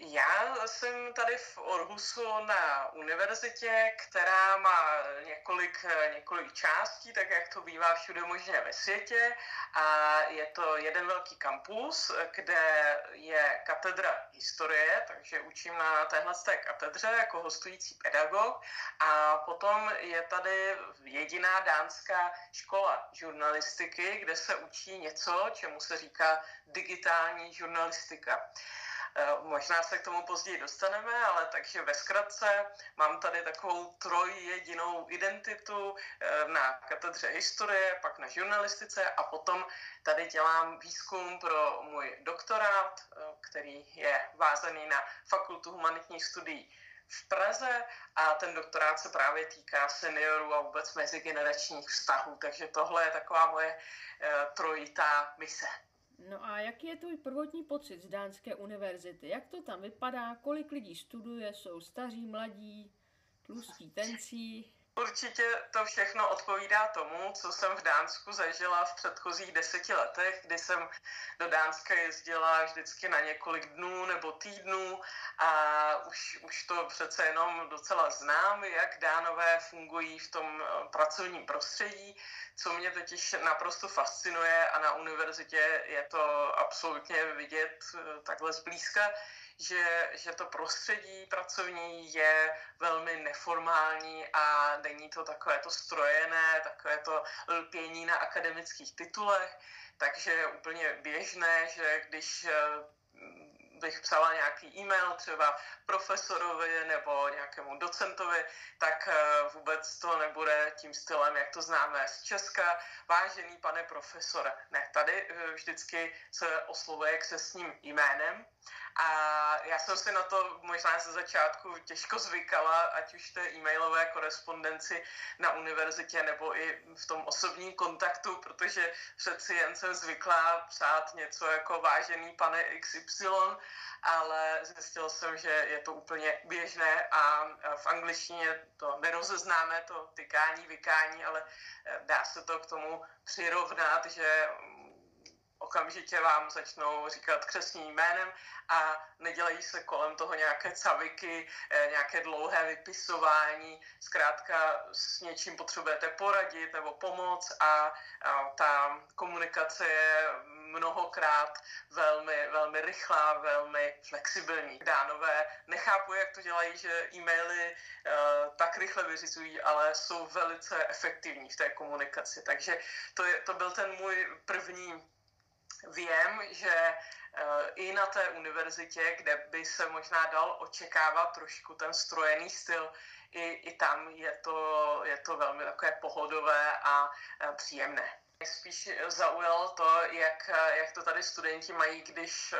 Já jsem tady v Orhusu na univerzitě, která má několik částí, tak jak to bývá všude možně ve světě. A je to jeden velký kampus, kde je katedra historie, takže učím na téhleté katedře jako hostující pedagog. A potom je tady jediná dánská škola žurnalistiky, kde se učí něco, čemu se říká digitální žurnalistika. Možná se k tomu později dostaneme, ale takže ve zkratce mám tady takovou trojjedinou identitu na katedře historie, pak na žurnalistice a potom tady dělám výzkum pro můj doktorát, který je vázaný na Fakultu humanitních studií v Praze a ten doktorát se právě týká seniorů a vůbec mezigeneračních vztahů, takže tohle je taková moje trojitá mise. No a jaký je tvůj prvotní pocit z Dánské univerzity? Jak to tam vypadá? Kolik lidí studuje? Jsou staří, mladí, tlustí, tencí? Určitě to všechno odpovídá tomu, co jsem v Dánsku zažila v předchozích 10 letech, kdy jsem do Dánska jezdila vždycky na několik dnů nebo týdnů a už to přece jenom docela znám, jak Dánové fungují v tom pracovním prostředí, co mě totiž naprosto fascinuje a na univerzitě je to absolutně vidět takhle zblízka, že to prostředí pracovní je velmi neformální a není to takové to strojené, takové to lpění na akademických titulech, takže je úplně běžné, že když bych psala nějaký e-mail třeba profesorovi nebo nějakému docentovi, tak vůbec to nebude tím stylem, jak to známe z Česka. Vážený pane profesore. Ne, tady vždycky se oslovuje křestním jménem. A já jsem si na to možná ze začátku těžko zvykala, ať už té e-mailové korespondenci na univerzitě nebo i v tom osobním kontaktu, protože přeci jen jsem zvyklá psát něco jako vážený pane XY, ale zjistil jsem, že je to úplně běžné a v angličtině to nerozeznáme, to tykání, vykání, ale dá se to k tomu přirovnat, že okamžitě vám začnou říkat křestním jménem a nedělají se kolem toho nějaké caviky, nějaké dlouhé vypisování. Zkrátka s něčím potřebujete poradit nebo pomoct a ta komunikace je mnohokrát velmi, velmi rychlá, velmi flexibilní. Dánové nechápu, jak to dělají, že e-maily tak rychle vyřizují, ale jsou velice efektivní v té komunikaci. Takže to byl ten můj první věm, že i na té univerzitě, kde by se možná dal očekávat trošku ten strojený styl, i tam je to velmi takové pohodové a příjemné. Spíš zaujalo to, jak to tady studenti mají, když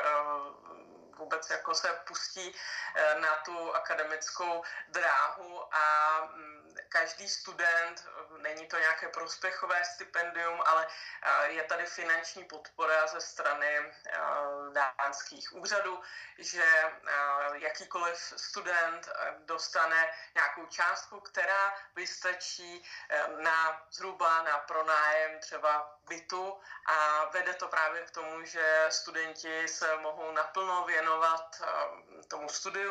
vůbec jako se pustí na tu akademickou dráhu a každý student, není to nějaké prospěchové stipendium, ale je tady finanční podpora ze strany dánských úřadů, že jakýkoliv student dostane nějakou částku, která vystačí zhruba na pronájem třeba bytu a vede to právě k tomu, že studenti se mohou naplno věnovat tomu studiu,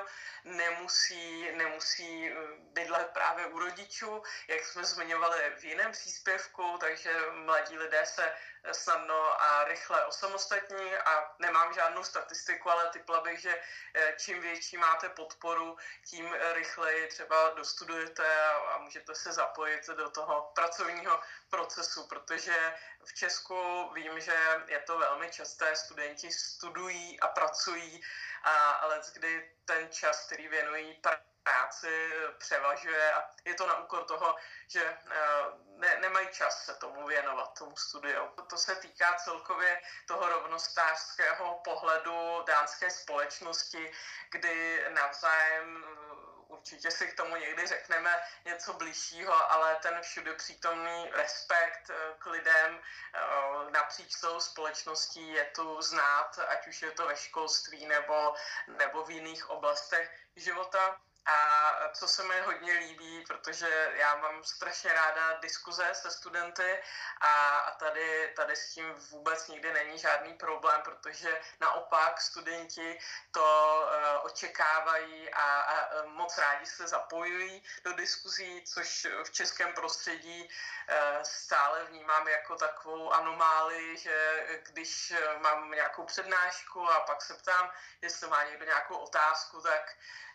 nemusí bydlet právě u rodičů, jak jsme zmiňovali v jiném příspěvku, takže mladí lidé se snadno a rychle osamostatní a nemám žádnou statistiku, ale tipla bych, že čím větší máte podporu, tím rychleji třeba dostudujete a můžete se zapojit do toho pracovního procesu, protože v Česku vím, že je to velmi časté, studenti studují a pracují, ale kdy ten čas, který věnují práci, převažuje a je to na úkor toho, že nemají čas se tomu věnovat, tomu studiu. To se týká celkově toho rovnostářského pohledu dánské společnosti, kdy navzájem určitě si k tomu někdy řekneme něco bližšího, ale ten všude přítomný respekt k lidem napříč celou společností je tu znát, ať už je to ve školství nebo v jiných oblastech života. A co se mi hodně líbí, protože já mám strašně ráda diskuze se studenty a tady s tím vůbec nikdy není žádný problém, protože naopak studenti to očekávají a moc rádi se zapojují do diskuzí, což v českém prostředí stále vnímám jako takovou anomálii, že když mám nějakou přednášku a pak se ptám, jestli má někdo nějakou otázku, tak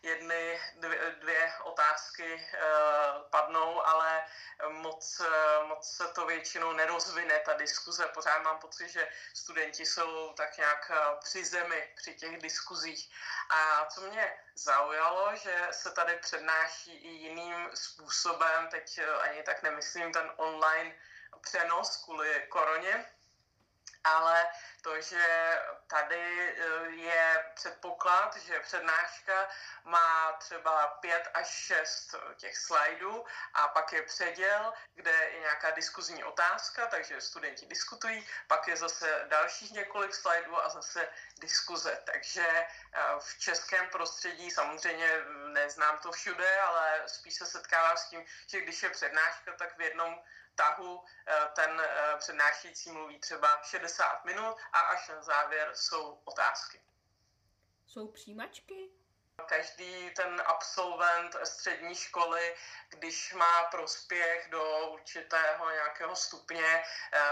dvě otázky padnou, ale moc se to většinou nerozvine, ta diskuze. Pořád mám pocit, že studenti jsou tak nějak při zemi při těch diskuzích. A co mě zaujalo, že se tady přednáší i jiným způsobem, teď ani tak nemyslím ten online přenos kvůli koroně, ale to, že tady je předpoklad, že přednáška má třeba 5 až 6 těch slajdů a pak je předěl, kde je nějaká diskuzní otázka, takže studenti diskutují, pak je zase dalších několik slajdů a zase diskuze. Takže v českém prostředí samozřejmě neznám to všude, ale spíš se setkávám s tím, že když je přednáška, tak v jednom tahu ten přednášející mluví třeba 60 minut a až na závěr jsou otázky. Jsou přijímačky? Každý ten absolvent střední školy, když má prospěch do určitého nějakého stupně,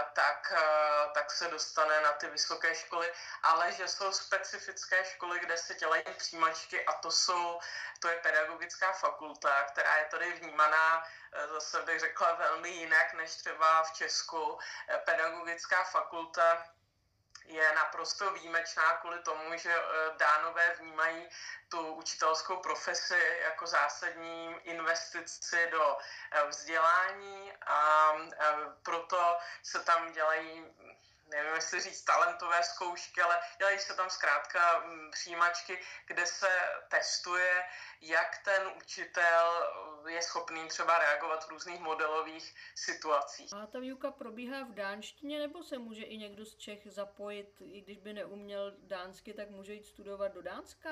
tak se dostane na ty vysoké školy, ale že jsou specifické školy, kde se dělají přijímačky a to je pedagogická fakulta, která je tady vnímaná, zase bych řekla, velmi jinak než třeba v Česku. Pedagogická fakulta je naprosto výjimečná kvůli tomu, že Dánové vnímají tu učitelskou profesi jako zásadní investici do vzdělání a proto se tam dělají, nevím, jestli říct talentové zkoušky, ale dělají se tam zkrátka přijímačky, kde se testuje, jak ten učitel je schopný třeba reagovat v různých modelových situacích. A ta výuka probíhá v dánštině, nebo se může i někdo z Čech zapojit, i když by neuměl dánsky, tak může jít studovat do Dánska?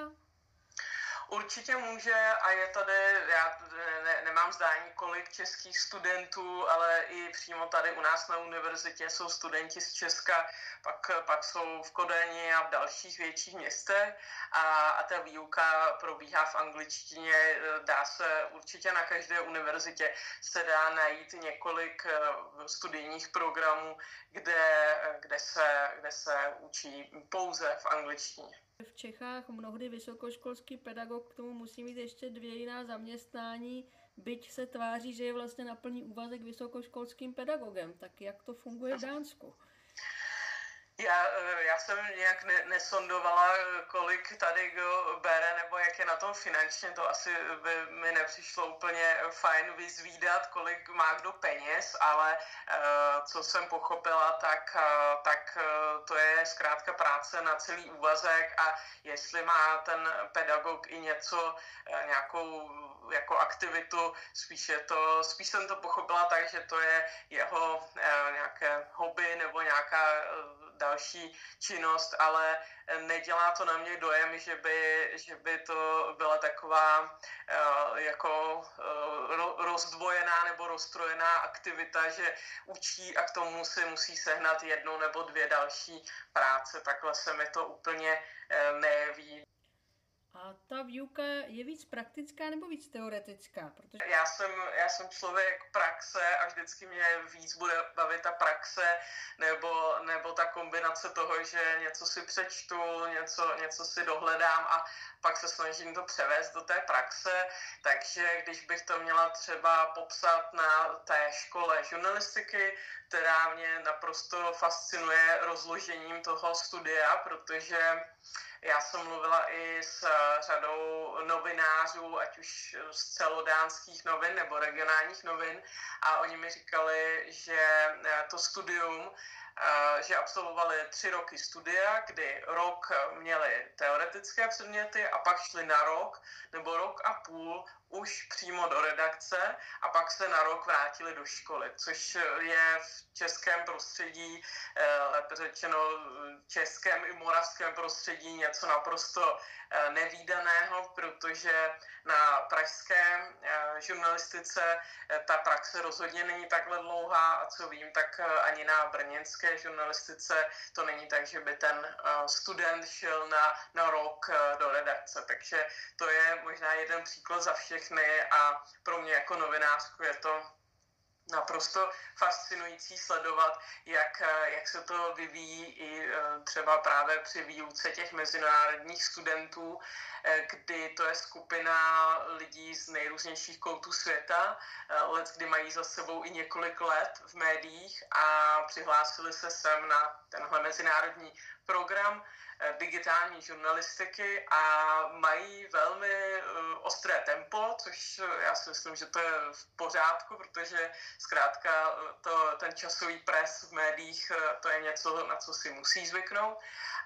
Určitě může a je tady, já nemám zdání, kolik českých studentů, ale i přímo tady u nás na univerzitě jsou studenti z Česka, pak jsou v Kodani a v dalších větších městech a ta výuka probíhá v angličtině. Dá se určitě na každé univerzitě se dá najít několik studijních programů, kde se učí pouze v angličtině. V Čechách mnohdy vysokoškolský pedagog k tomu musí mít ještě 2 jiná zaměstnání, byť se tváří, že je vlastně na plný úvazek vysokoškolským pedagogem. Tak jak to funguje v Dánsku? Já jsem nějak nesondovala, kolik tady kdo bere, nebo jak je na tom finančně, to asi by mi nepřišlo úplně fajn vyzvídat, kolik má kdo peněz, ale co jsem pochopila, tak to je zkrátka práce na celý úvazek a jestli má ten pedagog i nějakou jako aktivitu, spíš jsem to pochopila tak, že to je jeho nějaké hobby nebo nějaká další činnost, ale nedělá to na mě dojem, že by to byla taková jako rozdvojená nebo rozstrojená aktivita, že učí a k tomu si musí sehnat 1 nebo 2 další práce. Takhle se mi to úplně nejeví. A ta výuka je víc praktická nebo víc teoretická? Protože... Já jsem člověk praxe a vždycky mě víc bude bavit ta praxe nebo ta kombinace toho, že něco si přečtu, něco si dohledám a pak se snažím to převést do té praxe. Takže když bych to měla třeba popsat na té škole žurnalistiky, která mě naprosto fascinuje rozložením toho studia, protože já jsem mluvila i s řadou novinářů, ať už z celodánských novin nebo regionálních novin a oni mi říkali, že to studium že absolvovali 3 roky studia, kdy rok měli teoretické předměty a pak šli na rok nebo rok a půl už přímo do redakce a pak se na rok vrátili do školy, což je v českém prostředí, lépe řečeno českém i moravském prostředí něco naprosto nevídaného, protože na pražské žurnalistice ta praxe rozhodně není takhle dlouhá a co vím, tak ani na brněnské žurnalistice to není tak, že by ten student šel na rok do redakce. Takže to je možná jeden příklad za všechny a pro mě jako novinářku je to naprosto fascinující sledovat, jak se to vyvíjí i třeba právě při výuce těch mezinárodních studentů, kdy to je skupina lidí z nejrůznějších koutů světa, kdy mají za sebou i několik let v médiích a přihlásili se sem na tenhle mezinárodní program digitální žurnalistiky a mají velmi ostré tempo, což já si myslím, že to je v pořádku, protože zkrátka ten časový pres v médiích, to je něco, na co si musí zvyknout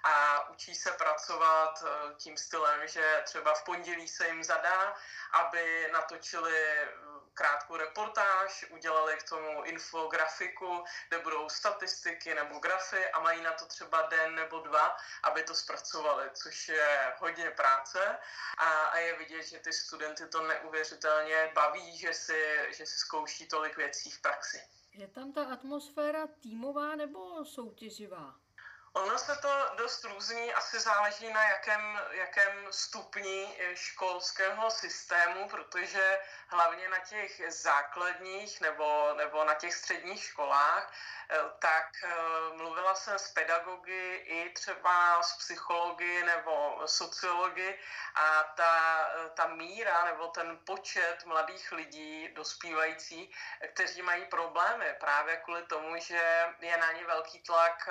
a učí se pracovat tím stylem, že třeba v pondělí se jim zadá, aby natočili krátkou reportáž, udělali k tomu infografiku, kde budou statistiky nebo grafy a mají na to třeba den nebo 2, aby to zpracovali, což je hodně práce a je vidět, že ty studenty to neuvěřitelně baví, že si zkouší tolik věcí v praxi. Je tam ta atmosféra týmová nebo soutěživá? Ono se to dost různí, asi záleží na jakém stupni školského systému, protože hlavně na těch základních nebo na těch středních školách, tak mluvila jsem s pedagogy i třeba s psychologi nebo sociologi a ta míra nebo ten počet mladých lidí dospívající, kteří mají problémy právě kvůli tomu, že je na ně velký tlak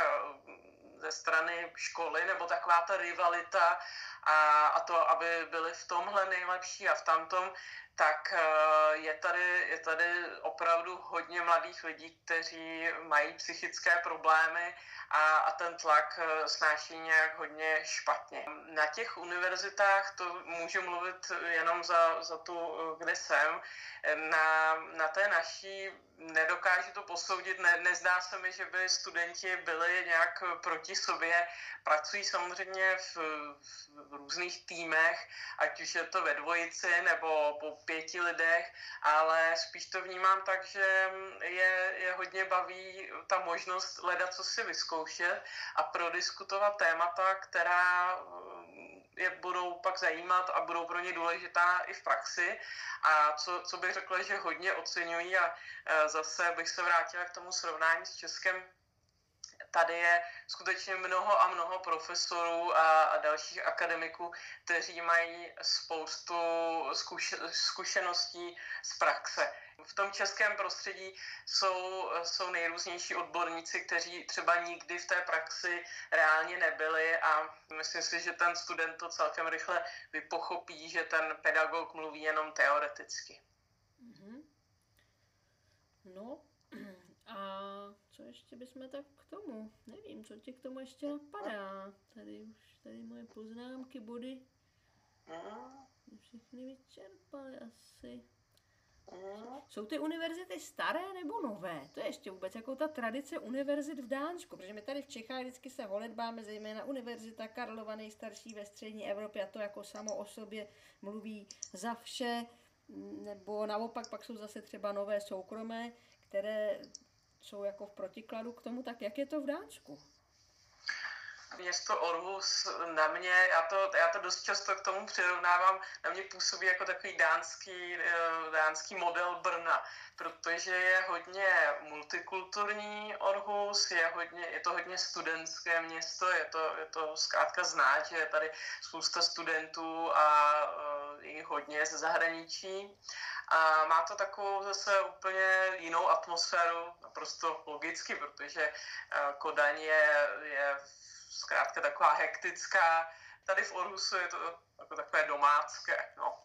ze strany školy, nebo taková ta rivalita a to, aby byli v tomhle nejlepší a v tamtom, tak je tady opravdu hodně mladých lidí, kteří mají psychické problémy a ten tlak snáší nějak hodně špatně. Na těch univerzitách, to můžu mluvit jenom za tu, kde jsem, na té naší nedokážu to posoudit, nezdá se mi, že by studenti byli nějak proti sobě, pracují samozřejmě v různých týmech, ať už je to ve dvojici nebo po 5 lidech, ale spíš to vnímám tak, že je hodně baví ta možnost co si vyzkoušet a prodiskutovat témata, která je budou pak zajímat a budou pro ně důležitá i v praxi. A co bych řekla, že hodně oceňují a zase bych se vrátila k tomu srovnání s Českem. Tady je skutečně mnoho a mnoho profesorů a dalších akademiků, kteří mají spoustu zkušeností z praxe. V tom českém prostředí jsou nejrůznější odborníci, kteří třeba nikdy v té praxi reálně nebyli a myslím si, že ten student to celkem rychle vypochopí, že ten pedagog mluví jenom teoreticky. Mm-hmm. No, a co ještě bychom tak k tomu? Nevím, co ti k tomu ještě napadá. Tady moje poznámky, body. Všechny vyčerpaly asi. Jsou ty univerzity staré nebo nové? To je ještě vůbec jako ta tradice univerzit v Dánsku, protože my tady v Čechách vždycky se holedbáme, zejména Univerzita Karlova nejstarší ve střední Evropě a to jako samo o sobě mluví za vše, nebo naopak pak jsou zase třeba nové soukromé, které jsou jako v protikladu k tomu, tak jak je to v Dánsku? Město Aarhus na mě, já to dost často k tomu přirovnávám, na mě působí jako takový dánský model Brna, protože je hodně multikulturní Aarhus, je to hodně studentské město, je to zkrátka znát, že je tady spousta studentů a i hodně ze zahraničí. A má to takovou zase úplně jinou atmosféru, naprosto logicky, protože Kodaň je zkrátka taková hektická. Tady v Aarhusu je to jako takové domácké. No.